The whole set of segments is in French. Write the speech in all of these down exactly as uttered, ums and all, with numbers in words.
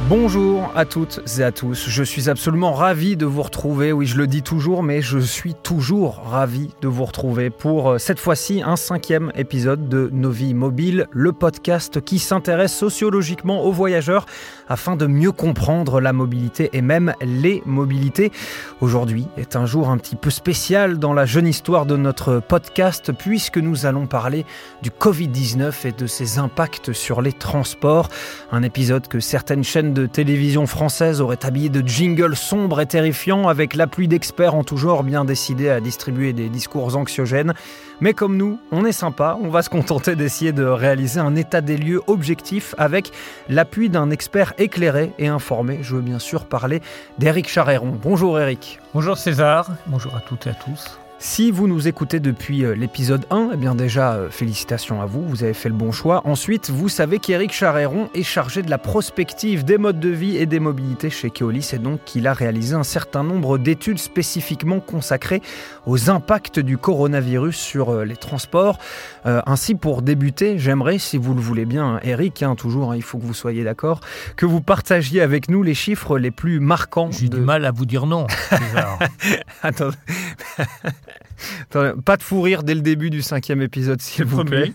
Bonjour à toutes et à tous, je suis absolument ravi de vous retrouver, oui je le dis toujours mais je suis toujours ravi de vous retrouver pour cette fois-ci un cinquième épisode de Nos Vies Mobiles, le podcast qui s'intéresse sociologiquement aux voyageurs afin de mieux comprendre la mobilité et même les mobilités. Aujourd'hui est un jour un petit peu spécial dans la jeune histoire de notre podcast puisque nous allons parler du covid dix-neuf et de ses impacts sur les transports, un épisode que certaines chaînes de télévision française aurait habillé de jingles sombres et terrifiants avec la pluie d'experts en tout genre bien décidés à distribuer des discours anxiogènes. Mais comme nous, on est sympa, on va se contenter d'essayer de réaliser un état des lieux objectif avec l'appui d'un expert éclairé et informé. Je veux bien sûr parler d'Éric Charéron. Bonjour Éric. Bonjour César, bonjour à toutes et à tous. Si vous nous écoutez depuis l'épisode un, eh bien déjà, félicitations à vous, vous avez fait le bon choix. Ensuite, vous savez qu'Éric Charéron est chargé de la prospective des modes de vie et des mobilités chez Keolis et donc qu'il a réalisé un certain nombre d'études spécifiquement consacrées aux impacts du coronavirus sur les transports. Euh, ainsi, pour débuter, j'aimerais, si vous le voulez bien, Éric, hein, toujours, hein, il faut que vous soyez d'accord, que vous partagiez avec nous les chiffres les plus marquants. J'ai de... du mal à vous dire non, César. Attends... Attends, pas de fou rire dès le début du cinquième épisode, s'il vous plaît.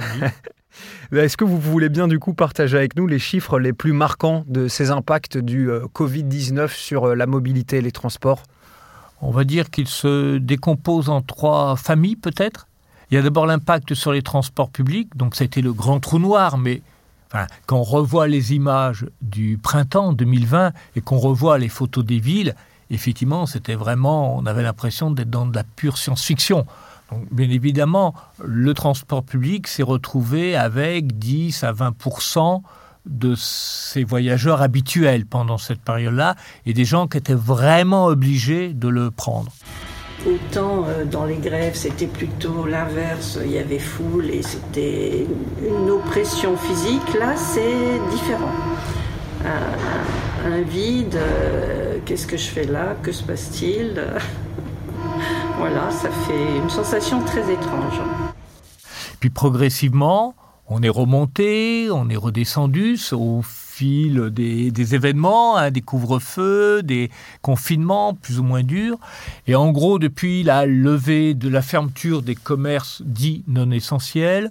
Est-ce que vous voulez bien du coup partager avec nous les chiffres les plus marquants de ces impacts du euh, covid dix-neuf sur euh, la mobilité et les transports ? On va dire qu'ils se décomposent en trois familles peut-être. Il y a d'abord l'impact sur les transports publics, donc ça a été le grand trou noir, mais enfin, quand on revoit les images du printemps deux mille vingt et qu'on revoit les photos des villes, effectivement, c'était vraiment, on avait l'impression d'être dans de la pure science-fiction. Donc, bien évidemment, le transport public s'est retrouvé avec dix à vingt pour cent de ces voyageurs habituels pendant cette période-là et des gens qui étaient vraiment obligés de le prendre. Autant euh, dans les grèves, c'était plutôt l'inverse, il y avait foule et c'était une oppression physique. Là, c'est différent. Un, un, un vide, euh, qu'est-ce que je fais là ? Que se passe-t-il ? Voilà, ça fait une sensation très étrange. Puis progressivement, on est remonté, on est redescendu au fil des, des événements, hein, des couvre-feux, des confinements plus ou moins durs. Et en gros, depuis la levée de la fermeture des commerces dits non essentiels,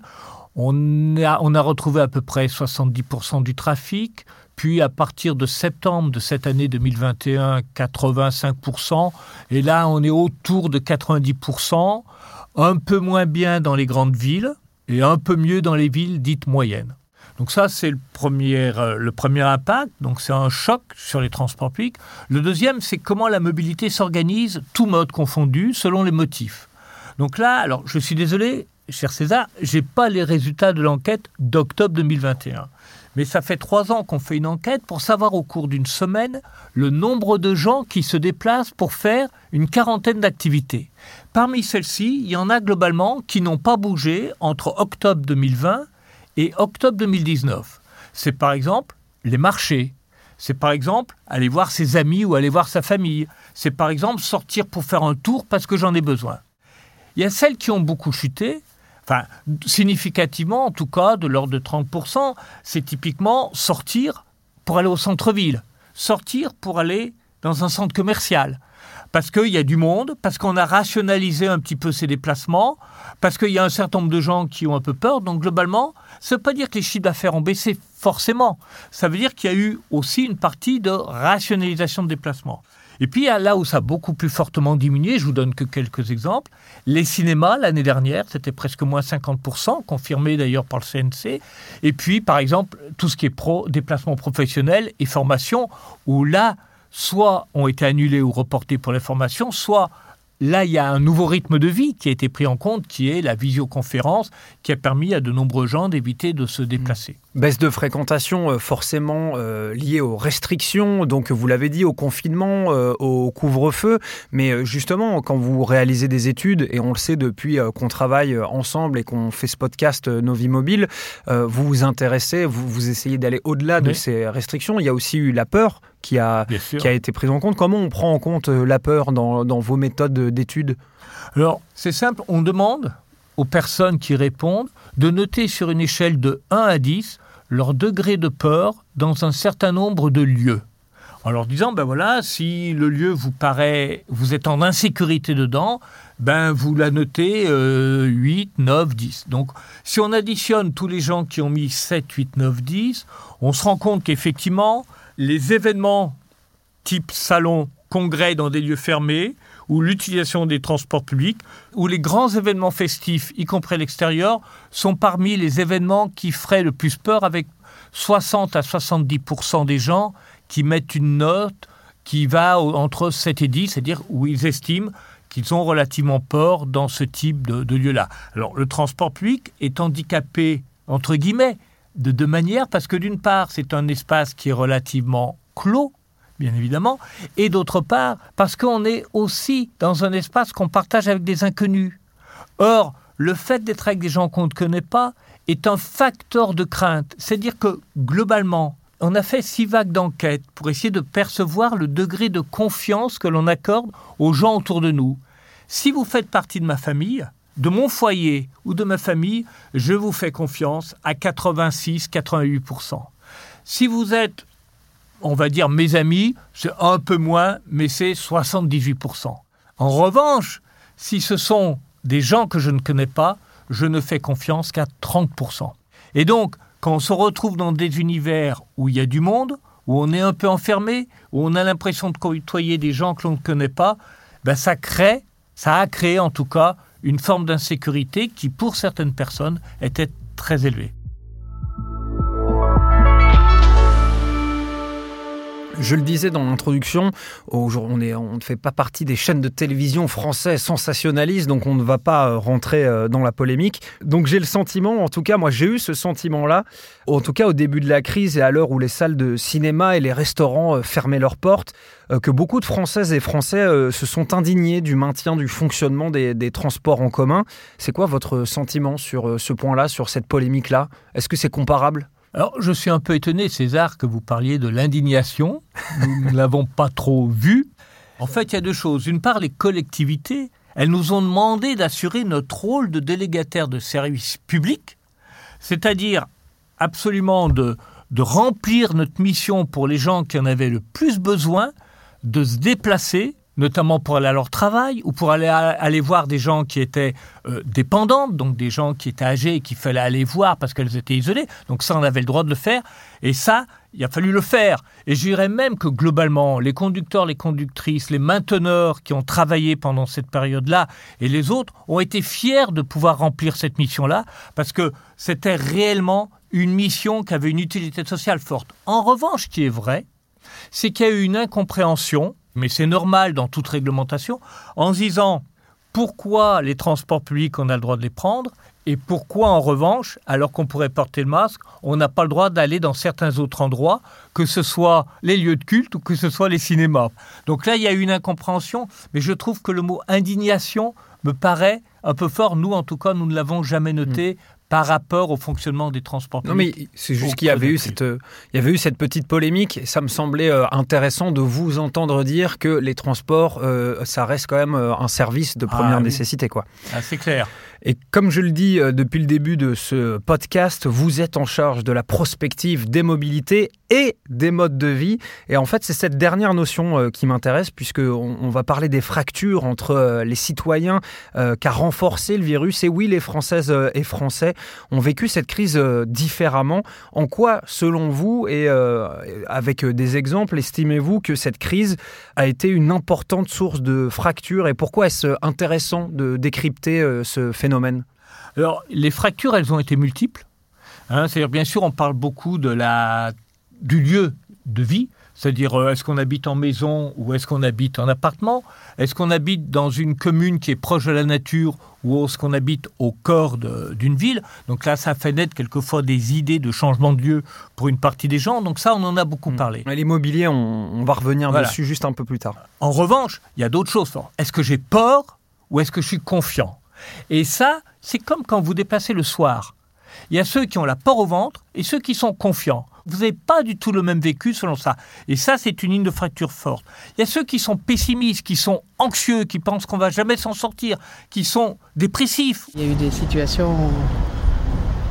on a, on a retrouvé à peu près soixante-dix pour cent du trafic. Puis à partir de septembre de cette année deux mille vingt et un, quatre-vingt-cinq pour cent. Et là, on est autour de quatre-vingt-dix pour cent, un peu moins bien dans les grandes villes et un peu mieux dans les villes dites moyennes. Donc ça, c'est le premier, le premier impact. Donc c'est un choc sur les transports publics. Le deuxième, c'est comment la mobilité s'organise, tous modes confondus, selon les motifs. Donc là, alors je suis désolé, cher César, je n'ai pas les résultats de l'enquête d'octobre deux mille vingt et un. Mais ça fait trois ans qu'on fait une enquête pour savoir au cours d'une semaine le nombre de gens qui se déplacent pour faire une quarantaine d'activités. Parmi celles-ci, il y en a globalement qui n'ont pas bougé entre octobre deux mille vingt et octobre deux mille dix-neuf. C'est par exemple les marchés. C'est par exemple aller voir ses amis ou aller voir sa famille. C'est par exemple sortir pour faire un tour parce que j'en ai besoin. Il y a celles qui ont beaucoup chuté. Enfin, significativement, en tout cas, de l'ordre de trente pour cent, c'est typiquement sortir pour aller au centre-ville, sortir pour aller dans un centre commercial, parce qu'il y a du monde, parce qu'on a rationalisé un petit peu ses déplacements, parce qu'il y a un certain nombre de gens qui ont un peu peur. Donc, globalement, ça ne veut pas dire que les chiffres d'affaires ont baissé forcément. Ça veut dire qu'il y a eu aussi une partie de rationalisation de déplacement. Et puis, là où ça a beaucoup plus fortement diminué, je vous donne que quelques exemples, les cinémas, l'année dernière, c'était presque moins cinquante pour cent, confirmé d'ailleurs par le C N C. Et puis, par exemple, tout ce qui est pro, déplacement professionnel et formation, où là, soit ont été annulés ou reportés pour les formations, soit là, il y a un nouveau rythme de vie qui a été pris en compte, qui est la visioconférence, qui a permis à de nombreux gens d'éviter de se déplacer. Baisse de fréquentation forcément euh, liée aux restrictions, donc vous l'avez dit, au confinement, euh, au couvre-feu. Mais justement, quand vous réalisez des études, et on le sait depuis euh, qu'on travaille ensemble et qu'on fait ce podcast euh, Nos Vies Mobiles, euh, vous vous intéressez, vous, vous essayez d'aller au-delà oui. de ces restrictions. Il y a aussi eu la peur qui a, qui a été prise en compte. Comment on prend en compte la peur dans, dans vos méthodes d'études ? Alors, c'est simple, on demande aux personnes qui répondent de noter sur une échelle de un à dix leur degré de peur dans un certain nombre de lieux. En leur disant, ben voilà, si le lieu vous paraît, vous êtes en insécurité dedans, ben vous la notez euh, huit, neuf, dix. Donc, si on additionne tous les gens qui ont mis sept, huit, neuf, dix, on se rend compte qu'effectivement, les événements type salon, congrès dans des lieux fermés, ou l'utilisation des transports publics, ou les grands événements festifs, y compris à l'extérieur, sont parmi les événements qui feraient le plus peur, avec soixante à soixante-dix pour cent des gens qui mettent une note qui va entre sept et dix, c'est-à-dire où ils estiment qu'ils ont relativement peur dans ce type de, de lieu-là. Alors, le transport public est handicapé, entre guillemets, de deux manières, parce que d'une part, c'est un espace qui est relativement clos, bien évidemment, et d'autre part, parce qu'on est aussi dans un espace qu'on partage avec des inconnus. Or, le fait d'être avec des gens qu'on ne connaît pas est un facteur de crainte. C'est-à-dire que, globalement, on a fait six vagues d'enquête pour essayer de percevoir le degré de confiance que l'on accorde aux gens autour de nous. Si vous faites partie de ma famille, de mon foyer ou de ma famille, je vous fais confiance à quatre-vingt-six à quatre-vingt-huit pour cent. Si vous êtes, on va dire, mes amis, c'est un peu moins, mais c'est soixante-dix-huit pour cent. En revanche, si ce sont des gens que je ne connais pas, je ne fais confiance qu'à trente pour cent. Et donc, quand on se retrouve dans des univers où il y a du monde, où on est un peu enfermé, où on a l'impression de côtoyer des gens que l'on ne connaît pas, ben ça crée, ça a créé en tout cas une forme d'insécurité qui, pour certaines personnes, était très élevée. Je le disais dans l'introduction, on est, on ne fait pas partie des chaînes de télévision françaises sensationnalistes, donc on ne va pas rentrer dans la polémique. Donc j'ai le sentiment, en tout cas, moi j'ai eu ce sentiment-là, en tout cas au début de la crise et à l'heure où les salles de cinéma et les restaurants fermaient leurs portes, que beaucoup de Françaises et Français se sont indignés du maintien du fonctionnement des, des transports en commun. C'est quoi votre sentiment sur ce point-là, sur cette polémique-là ? Est-ce que c'est comparable ? Alors, je suis un peu étonné, César, que vous parliez de l'indignation. Nous ne l'avons pas trop vu. En fait, il y a deux choses. D'une part, les collectivités, elles nous ont demandé d'assurer notre rôle de délégataire de service public, c'est-à-dire absolument de, de remplir notre mission pour les gens qui en avaient le plus besoin, de se déplacer, notamment pour aller à leur travail ou pour aller, aller voir des gens qui étaient euh, dépendantes, donc des gens qui étaient âgés et qu'il fallait aller voir parce qu'elles étaient isolées. Donc ça, on avait le droit de le faire. Et ça, il a fallu le faire. Et je dirais même que globalement, les conducteurs, les conductrices, les mainteneurs qui ont travaillé pendant cette période-là et les autres ont été fiers de pouvoir remplir cette mission-là parce que c'était réellement une mission qui avait une utilité sociale forte. En revanche, ce qui est vrai, c'est qu'il y a eu une incompréhension, mais c'est normal dans toute réglementation, en se disant pourquoi les transports publics, on a le droit de les prendre, et pourquoi, en revanche, alors qu'on pourrait porter le masque, on n'a pas le droit d'aller dans certains autres endroits, que ce soit les lieux de culte ou que ce soit les cinémas. Donc là, il y a eu une incompréhension, mais je trouve que le mot indignation me paraît un peu fort. Nous, en tout cas, nous ne l'avons jamais noté. Mmh. Par rapport au fonctionnement des transports publics. Non, mais c'est juste qu'il y avait eu cette, il y avait eu cette petite polémique. Et ça me semblait intéressant de vous entendre dire que les transports, euh, ça reste quand même un service de première ah, oui. nécessité, quoi. Ah, c'est clair. Et comme je le dis depuis le début de ce podcast, vous êtes en charge de la prospective des mobilités et des modes de vie. Et en fait, c'est cette dernière notion qui m'intéresse, puisqu'on on va parler des fractures entre les citoyens euh, qu'a renforcé le virus. Et oui, les Françaises et Français ont vécu cette crise différemment. En quoi, selon vous, et euh, avec des exemples, estimez-vous que cette crise a été une importante source de fractures et pourquoi est-ce intéressant de décrypter euh, ce phénomène ? Alors, les fractures, elles ont été multiples. Hein, c'est-à-dire, bien sûr, on parle beaucoup de la, du lieu de vie. C'est-à-dire, euh, est-ce qu'on habite en maison ou est-ce qu'on habite en appartement ? Est-ce qu'on habite dans une commune qui est proche de la nature ou est-ce qu'on habite au cœur de, d'une ville ? Donc là, ça fait naître quelquefois des idées de changement de lieu pour une partie des gens. Donc ça, on en a beaucoup mmh. parlé. L'immobilier, on, on va revenir voilà. dessus juste un peu plus tard. En revanche, il y a d'autres choses. Est-ce que j'ai peur ou est-ce que je suis confiant ? Et ça, c'est comme quand vous déplacez le soir. Il y a ceux qui ont la peur au ventre et ceux qui sont confiants. Vous n'avez pas du tout le même vécu selon ça. Et ça, c'est une ligne de fracture forte. Il y a ceux qui sont pessimistes, qui sont anxieux, qui pensent qu'on ne va jamais s'en sortir, qui sont dépressifs. Il y a eu des situations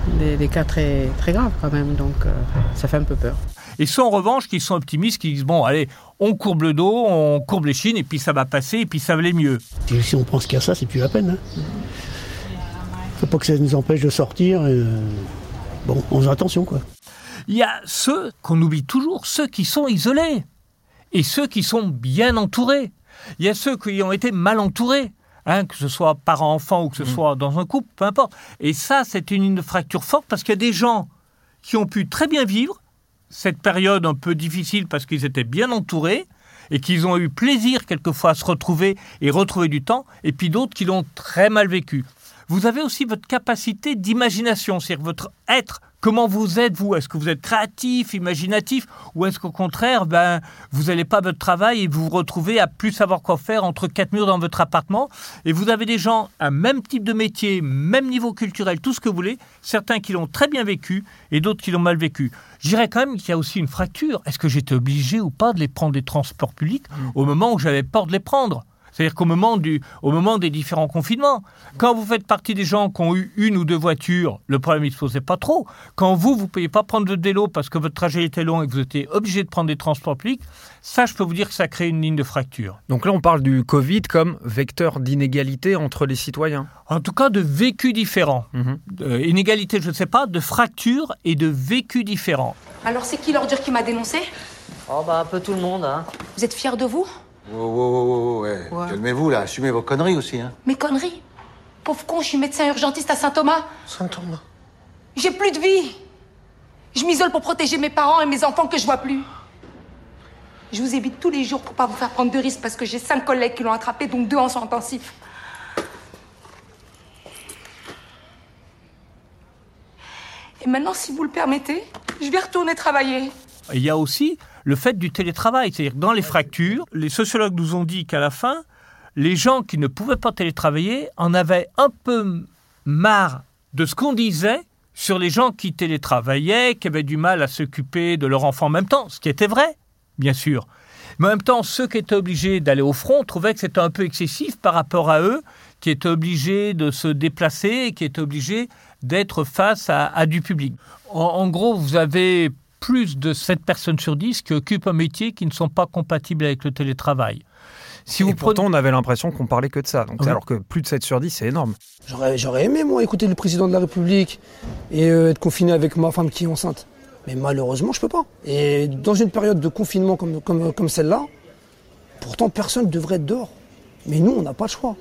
des, des cas très, très graves quand même, donc euh, ça fait un peu peur. Et ceux en revanche qui sont optimistes, qui disent bon allez, on courbe le dos, on courbe les chines et puis ça va passer et puis ça va aller mieux. Et si on pense qu'à ça, c'est plus la peine. Hein. Faut pas que ça nous empêche de sortir. Euh... Bon, on faisait attention quoi. Il y a ceux qu'on oublie toujours, ceux qui sont isolés et ceux qui sont bien entourés. Il y a ceux qui ont été mal entourés. Hein, que ce soit parents-enfants ou que ce soit dans un couple, peu importe. Et ça, c'est une ligne de fracture forte parce qu'il y a des gens qui ont pu très bien vivre cette période un peu difficile parce qu'ils étaient bien entourés et qu'ils ont eu plaisir quelquefois à se retrouver et retrouver du temps, et puis d'autres qui l'ont très mal vécu. Vous avez aussi votre capacité d'imagination, c'est-à-dire votre être. Comment vous êtes, vous ? Est-ce que vous êtes créatif, imaginatif, ou est-ce qu'au contraire, ben, vous n'allez pas à votre travail et vous vous retrouvez à plus savoir quoi faire entre quatre murs dans votre appartement ? Et vous avez des gens à même type de métier, même niveau culturel, tout ce que vous voulez, certains qui l'ont très bien vécu et d'autres qui l'ont mal vécu. Je dirais quand même qu'il y a aussi une fracture. Est-ce que j'étais obligé ou pas de les prendre des transports publics au moment où j'avais peur de les prendre ? C'est-à-dire qu'au moment, du, au moment des différents confinements, quand vous faites partie des gens qui ont eu une ou deux voitures, le problème ne se posait pas trop. Quand vous, vous ne pouvez pas prendre votre vélo parce que votre trajet était long et que vous étiez obligé de prendre des transports publics, ça, je peux vous dire que ça crée une ligne de fracture. Donc là, on parle du Covid comme vecteur d'inégalité entre les citoyens. En tout cas, de vécus différents. Mmh. Euh, inégalité, je ne sais pas, de fractures et de vécus différents. Alors, c'est qui l'ordure qui m'a dénoncé ? Oh, bah, un peu tout le monde, hein. Vous êtes fiers de vous ? Oh, oh, oh, oh, ouais. Ouais. Calmez-vous, là. Assumez vos conneries aussi, hein. Mes conneries ? Pauvre con, je suis médecin urgentiste à Saint-Thomas. Saint-Thomas ? J'ai plus de vie. Je m'isole pour protéger mes parents et mes enfants que je vois plus. Je vous évite tous les jours pour pas vous faire prendre de risques parce que j'ai cinq collègues qui l'ont attrapé, donc deux en soins intensifs. Et maintenant, si vous le permettez, je vais retourner travailler. Il y a aussi le fait du télétravail. C'est-à-dire que dans les fractures, les sociologues nous ont dit qu'à la fin, les gens qui ne pouvaient pas télétravailler en avaient un peu marre de ce qu'on disait sur les gens qui télétravaillaient, qui avaient du mal à s'occuper de leur enfant en même temps, ce qui était vrai, bien sûr. Mais en même temps, ceux qui étaient obligés d'aller au front trouvaient que c'était un peu excessif par rapport à eux, qui étaient obligés de se déplacer et qui étaient obligés d'être face à, à du public. En, en gros, vous avez plus de sept personnes sur dix qui occupent un métier qui ne sont pas compatibles avec le télétravail. Si et vous pourtant, prenez... on avait l'impression qu'on parlait que de ça. Donc, oui. Alors que plus de sept sur dix, c'est énorme. J'aurais, j'aurais aimé, moi, écouter le président de la République et euh, être confiné avec ma femme qui est enceinte. Mais malheureusement, je peux pas. Et dans une période de confinement comme, comme, comme celle-là, pourtant, personne ne devrait être dehors. Mais nous, on n'a pas le choix.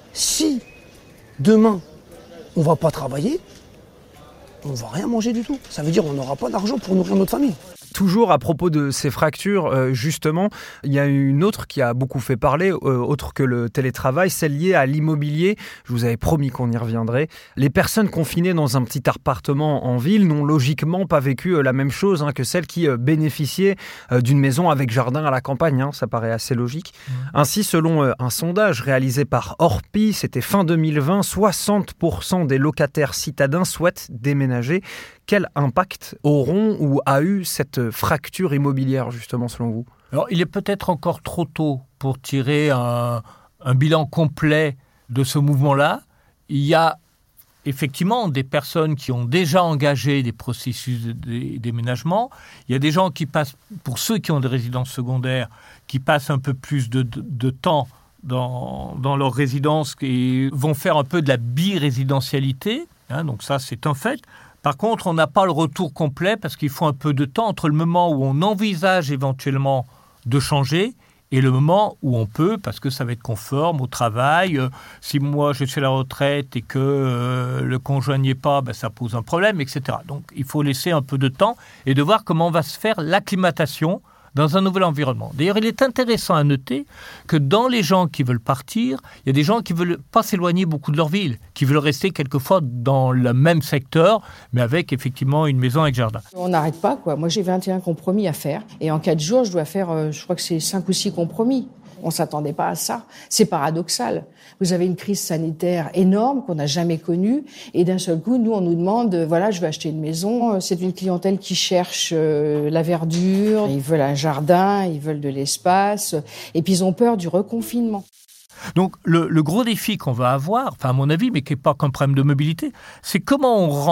Si demain, on ne va pas travailler, on ne va rien manger du tout. Ça veut dire qu'on n'aura pas d'argent pour nourrir notre famille. Toujours à propos de ces fractures, euh, justement, il y a une autre qui a beaucoup fait parler, euh, autre que le télétravail, celle liée à l'immobilier. Je vous avais promis qu'on y reviendrait. Les personnes confinées dans un petit appartement en ville n'ont logiquement pas vécu euh, la même chose hein, que celles qui euh, bénéficiaient euh, d'une maison avec jardin à la campagne. Hein, ça paraît assez logique. Mmh. Ainsi, selon euh, un sondage réalisé par Orpi, c'était fin deux mille vingt, soixante pour cent des locataires citadins souhaitent déménager. Quel impact auront ou a eu cette fracture immobilière, justement, selon vous ? Alors, il est peut-être encore trop tôt pour tirer un, un bilan complet de ce mouvement-là. Il y a effectivement des personnes qui ont déjà engagé des processus de déménagement. Il y a des gens qui passent, pour ceux qui ont des résidences secondaires, qui passent un peu plus de, de, de temps dans, dans leur résidence et vont faire un peu de la birésidentialité. Hein, donc ça, c'est un fait. Par contre, on n'a pas le retour complet parce qu'il faut un peu de temps entre le moment où on envisage éventuellement de changer et le moment où on peut, parce que ça va être conforme au travail. Euh, si moi, je suis à la retraite et que euh, le conjoint n'y est pas, ben, ça pose un problème, et cetera. Donc, il faut laisser un peu de temps et de voir comment va se faire l'acclimatation dans un nouvel environnement. D'ailleurs, il est intéressant à noter que dans les gens qui veulent partir, il y a des gens qui ne veulent pas s'éloigner beaucoup de leur ville, qui veulent rester quelquefois dans le même secteur, mais avec effectivement une maison avec jardin. On n'arrête pas, quoi. Moi, j'ai vingt et un compromis à faire. Et en quatre jours, je dois faire, euh, je crois que c'est cinq ou six compromis. On ne s'attendait pas à ça. C'est paradoxal. Vous avez une crise sanitaire énorme qu'on n'a jamais connue. Et d'un seul coup, nous, on nous demande, voilà, je vais acheter une maison. C'est une clientèle qui cherche euh, la verdure. Ils veulent un jardin, ils veulent de l'espace. Et puis, ils ont peur du reconfinement. Donc, le, le gros défi qu'on va avoir, enfin, à mon avis, mais qui n'est pas qu'un problème de mobilité, c'est comment on rend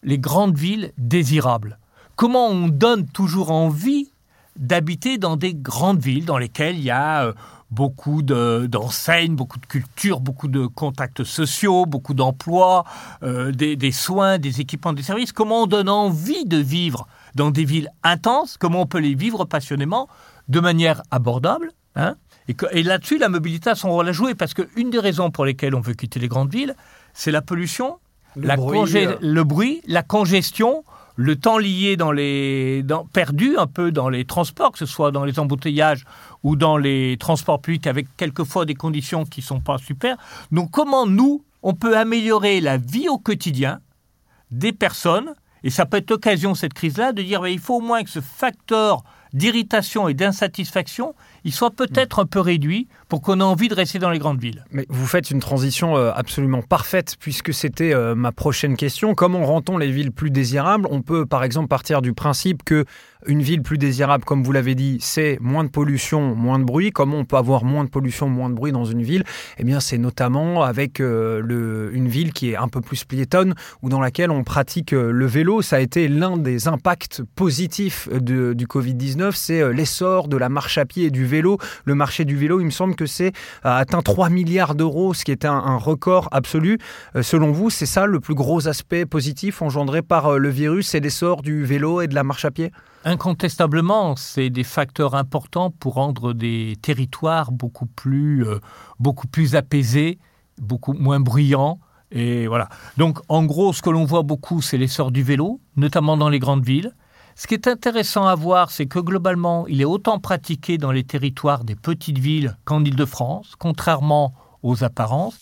les grandes villes désirables. Comment on donne toujours envie d'habiter dans des grandes villes dans lesquelles il y a euh, beaucoup de, d'enseignes, beaucoup de culture, beaucoup de contacts sociaux, beaucoup d'emplois, euh, des, des soins, des équipements, des services. Comment on donne envie de vivre dans des villes intenses? Comment on peut les vivre passionnément, de manière abordable, hein? et, que, et là-dessus, la mobilité a son rôle à jouer, parce qu'une des raisons pour lesquelles on veut quitter les grandes villes, c'est la pollution, le, la bruit, congé- euh... le bruit, la congestion, le temps lié dans les dans, perdu un peu dans les transports, que ce soit dans les embouteillages ou dans les transports publics, avec quelquefois des conditions qui ne sont pas super. Donc comment nous, on peut améliorer la vie au quotidien des personnes, et ça peut être l'occasion, cette crise-là, de dire bah, il faut au moins que ce facteur d'irritation et d'insatisfaction, il soit peut-être un peu réduit pour qu'on ait envie de rester dans les grandes villes. Mais vous faites une transition absolument parfaite, puisque c'était ma prochaine question. Comment rend-on les villes plus désirables ? On peut par exemple partir du principe que une ville plus désirable, comme vous l'avez dit, c'est moins de pollution, moins de bruit. Comment on peut avoir moins de pollution, moins de bruit dans une ville ? Eh bien, c'est notamment avec euh, le, une ville qui est un peu plus piétonne ou dans laquelle on pratique euh, le vélo. Ça a été l'un des impacts positifs de, du covid dix-neuf, c'est euh, l'essor de la marche à pied et du vélo. Le marché du vélo, il me semble que c'est a atteint trois milliards d'euros, ce qui est un, un record absolu. Euh, selon vous, c'est ça le plus gros aspect positif engendré par euh, le virus, c'est l'essor du vélo et de la marche à pied ? Incontestablement, c'est des facteurs importants pour rendre des territoires beaucoup plus, euh, beaucoup plus apaisés, beaucoup moins bruyants. Et voilà. Donc, en gros, ce que l'on voit beaucoup, c'est l'essor du vélo, notamment dans les grandes villes. Ce qui est intéressant à voir, c'est que globalement, il est autant pratiqué dans les territoires des petites villes qu'en Île-de-France, contrairement aux apparences.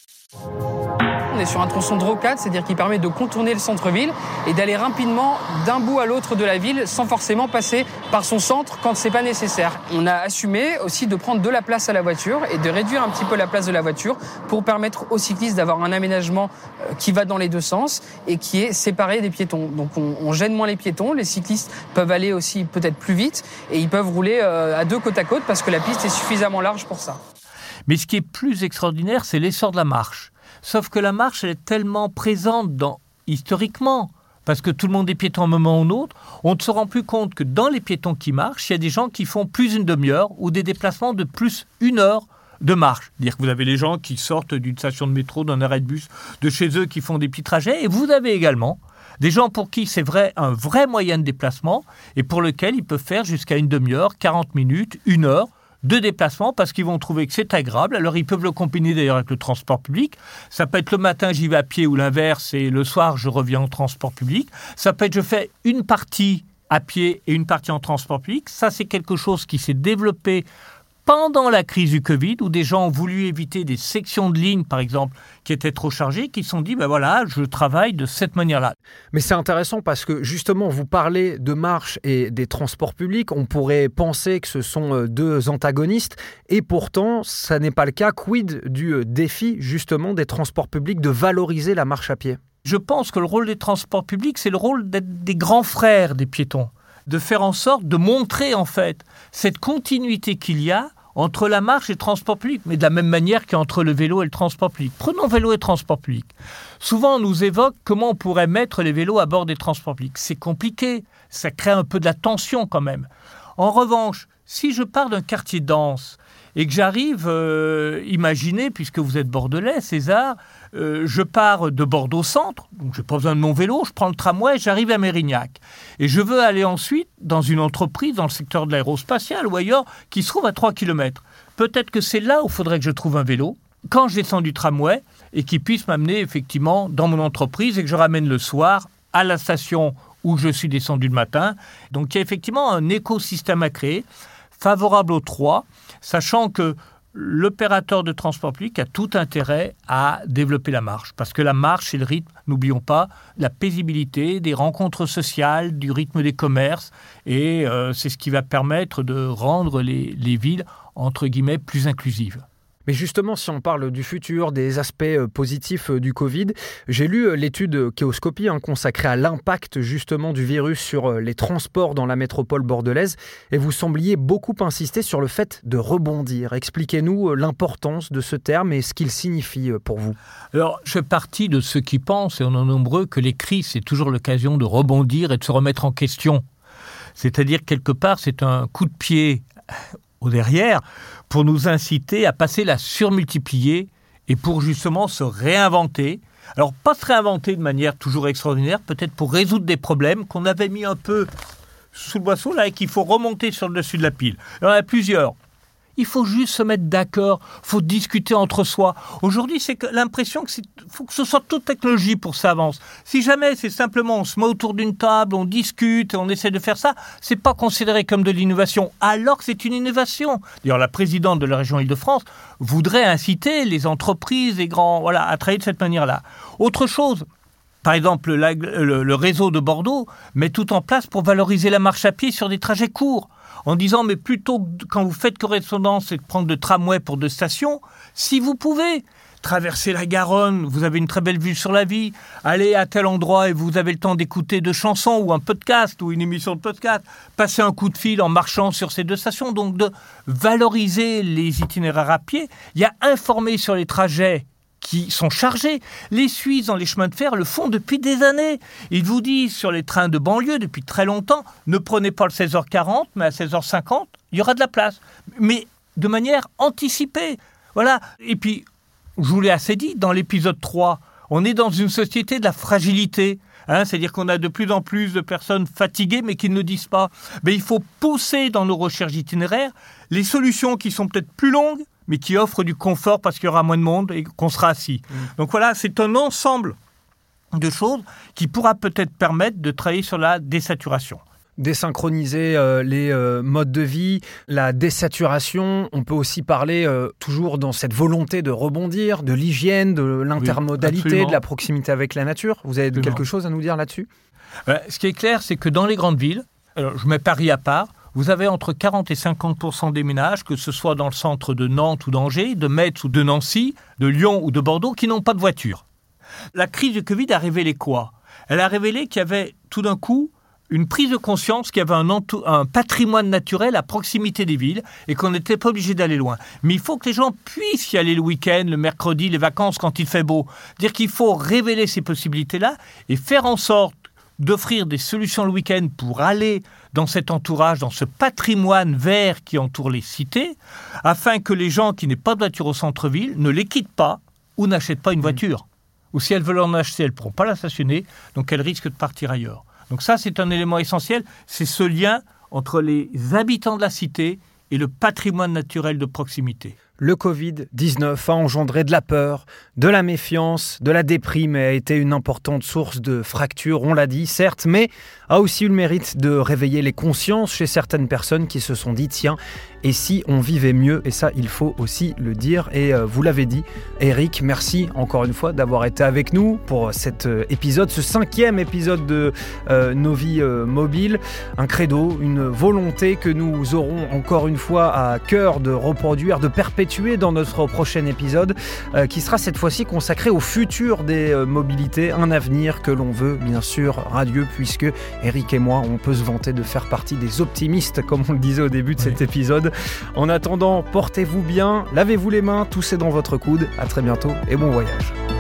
On est sur un tronçon de rocade, c'est-à-dire qui permet de contourner le centre-ville et d'aller rapidement d'un bout à l'autre de la ville sans forcément passer par son centre quand c'est pas nécessaire. On a assumé aussi de prendre de la place à la voiture et de réduire un petit peu la place de la voiture pour permettre aux cyclistes d'avoir un aménagement qui va dans les deux sens et qui est séparé des piétons. Donc on, on gêne moins les piétons, les cyclistes peuvent aller aussi peut-être plus vite et ils peuvent rouler à deux côte à côte parce que la piste est suffisamment large pour ça. Mais ce qui est plus extraordinaire, c'est l'essor de la marche. Sauf que la marche, elle est tellement présente dans, historiquement, parce que tout le monde est piéton à un moment ou un autre, on ne se rend plus compte que dans les piétons qui marchent, il y a des gens qui font plus une demi-heure ou des déplacements de plus une heure de marche. C'est-à-dire que vous avez les gens qui sortent d'une station de métro, d'un arrêt de bus, de chez eux, qui font des petits trajets, et vous avez également des gens pour qui c'est vrai, un vrai moyen de déplacement et pour lequel ils peuvent faire jusqu'à une demi-heure, quarante minutes, une heure, de déplacement parce qu'ils vont trouver que c'est agréable. Alors, ils peuvent le combiner d'ailleurs avec le transport public. Ça peut être le matin, j'y vais à pied ou l'inverse et le soir, je reviens en transport public. Ça peut être, je fais une partie à pied et une partie en transport public. Ça, c'est quelque chose qui s'est développé pendant la crise du Covid, où des gens ont voulu éviter des sections de lignes, par exemple, qui étaient trop chargées, qui se sont dit, ben voilà, je travaille de cette manière-là. Mais c'est intéressant parce que, justement, vous parlez de marche et des transports publics. On pourrait penser que ce sont deux antagonistes. Et pourtant, ça n'est pas le cas. Quid du défi, justement, des transports publics de valoriser la marche à pied ? Je pense que le rôle des transports publics, c'est le rôle d'être des grands frères des piétons. De faire en sorte de montrer, en fait, cette continuité qu'il y a entre la marche et le transport public, mais de la même manière qu'entre le vélo et le transport public. Prenons vélo et transport public. Souvent, on nous évoque comment on pourrait mettre les vélos à bord des transports publics. C'est compliqué, ça crée un peu de la tension quand même. En revanche, si je pars d'un quartier dense et que j'arrive, euh, imaginez, puisque vous êtes bordelais, César, euh, je pars de Bordeaux-Centre, donc je n'ai pas besoin de mon vélo, je prends le tramway, j'arrive à Mérignac. Et je veux aller ensuite dans une entreprise dans le secteur de l'aérospatial ou ailleurs qui se trouve à trois kilomètres. Peut-être que c'est là où il faudrait que je trouve un vélo, quand je descends du tramway, et qui puisse m'amener effectivement dans mon entreprise et que je ramène le soir à la station où je suis descendu le matin. Donc il y a effectivement un écosystème à créer, favorable aux trois, sachant que l'opérateur de transport public a tout intérêt à développer la marche. Parce que la marche, c'est le rythme, n'oublions pas, la paisibilité, des rencontres sociales, du rythme des commerces. Et euh, c'est ce qui va permettre de rendre les, les villes, entre guillemets, plus inclusives. Mais justement, si on parle du futur, des aspects positifs du Covid, j'ai lu l'étude Kéoscopie hein, consacrée à l'impact justement du virus sur les transports dans la métropole bordelaise et vous sembliez beaucoup insister sur le fait de rebondir. Expliquez-nous l'importance de ce terme et ce qu'il signifie pour vous. Alors, je fais partie de ceux qui pensent, et on est nombreux, que les crises, c'est toujours l'occasion de rebondir et de se remettre en question. C'est-à-dire, quelque part, c'est un coup de pied au derrière pour nous inciter à passer la surmultiplier et pour justement se réinventer. Alors, pas se réinventer de manière toujours extraordinaire, peut-être pour résoudre des problèmes qu'on avait mis un peu sous le boisseau là et qu'il faut remonter sur le dessus de la pile. Alors, il y en a plusieurs. Il faut juste se mettre d'accord, il faut discuter entre soi. Aujourd'hui, c'est que l'impression qu'il faut que ce soit toute technologie pour que ça avance. Si jamais c'est simplement on se met autour d'une table, on discute, on essaie de faire ça, c'est pas considéré comme de l'innovation, alors que c'est une innovation. D'ailleurs, la présidente de la région Île-de-France voudrait inciter les entreprises, les grands, voilà, à travailler de cette manière-là. Autre chose, par exemple, la, le, le réseau de Bordeaux met tout en place pour valoriser la marche à pied sur des trajets courts. En disant, mais plutôt quand vous faites correspondance et de prendre le tramway pour deux stations, si vous pouvez traverser la Garonne, vous avez une très belle vue sur la vie, aller à tel endroit et vous avez le temps d'écouter deux chansons ou un podcast ou une émission de podcast, passer un coup de fil en marchant sur ces deux stations, donc de valoriser les itinéraires à pied. Il y a informer sur les trajets qui sont chargés. Les Suisses dans les chemins de fer le font depuis des années. Ils vous disent sur les trains de banlieue depuis très longtemps, ne prenez pas le seize heures quarante, mais à seize heures cinquante, il y aura de la place. Mais de manière anticipée. Voilà. Et puis, je vous l'ai assez dit, dans l'épisode trois, on est dans une société de la fragilité. Hein, c'est-à-dire qu'on a de plus en plus de personnes fatiguées, mais qui ne le disent pas. Mais il faut pousser dans nos recherches itinéraires les solutions qui sont peut-être plus longues, mais qui offrent du confort parce qu'il y aura moins de monde et qu'on sera assis. Mmh. Donc voilà, c'est un ensemble de choses qui pourra peut-être permettre de travailler sur la désaturation. Désynchroniser euh, les euh, modes de vie, la désaturation. On peut aussi parler euh, toujours dans cette volonté de rebondir, de l'hygiène, de l'intermodalité, oui, de la proximité avec la nature. Vous avez absolument quelque chose à nous dire là-dessus ? euh, Ce qui est clair, c'est que dans les grandes villes, alors je mets Paris à part, vous avez entre quarante et cinquante pour cent des ménages, que ce soit dans le centre de Nantes ou d'Angers, de Metz ou de Nancy, de Lyon ou de Bordeaux, qui n'ont pas de voiture. La crise du Covid a révélé quoi ? Elle a révélé qu'il y avait tout d'un coup une prise de conscience qu'il y avait un, entou- un patrimoine naturel à proximité des villes et qu'on n'était pas obligé d'aller loin. Mais il faut que les gens puissent y aller le week-end, le mercredi, les vacances quand il fait beau. Dire qu'il faut révéler ces possibilités-là et faire en sorte d'offrir des solutions le week-end pour aller dans cet entourage, dans ce patrimoine vert qui entoure les cités, afin que les gens qui n'aient pas de voiture au centre-ville ne les quittent pas ou n'achètent pas une voiture. Ou si elles veulent en acheter, elles ne pourront pas la stationner, donc elles risquent de partir ailleurs. Donc ça, c'est un élément essentiel, c'est ce lien entre les habitants de la cité et le patrimoine naturel de proximité. Le covid dix-neuf a engendré de la peur, de la méfiance, de la déprime et a été une importante source de fractures, on l'a dit, certes, mais a aussi eu le mérite de réveiller les consciences chez certaines personnes qui se sont dit « Tiens, et si on vivait mieux ?» Et ça, il faut aussi le dire. Et euh, vous l'avez dit, Eric, merci encore une fois d'avoir été avec nous pour cet euh, épisode, ce cinquième épisode de euh, Nos vies euh, mobiles. Un credo, une volonté que nous aurons encore une fois à cœur de reproduire, de perpétuer dans notre prochain épisode, euh, qui sera cette fois-ci consacré au futur des euh, mobilités, un avenir que l'on veut bien sûr radieux, puisque Eric et moi, on peut se vanter de faire partie des optimistes, comme on le disait au début de oui. cet épisode. En attendant, portez-vous bien, lavez-vous les mains, toussez dans votre coude. À très bientôt et bon voyage.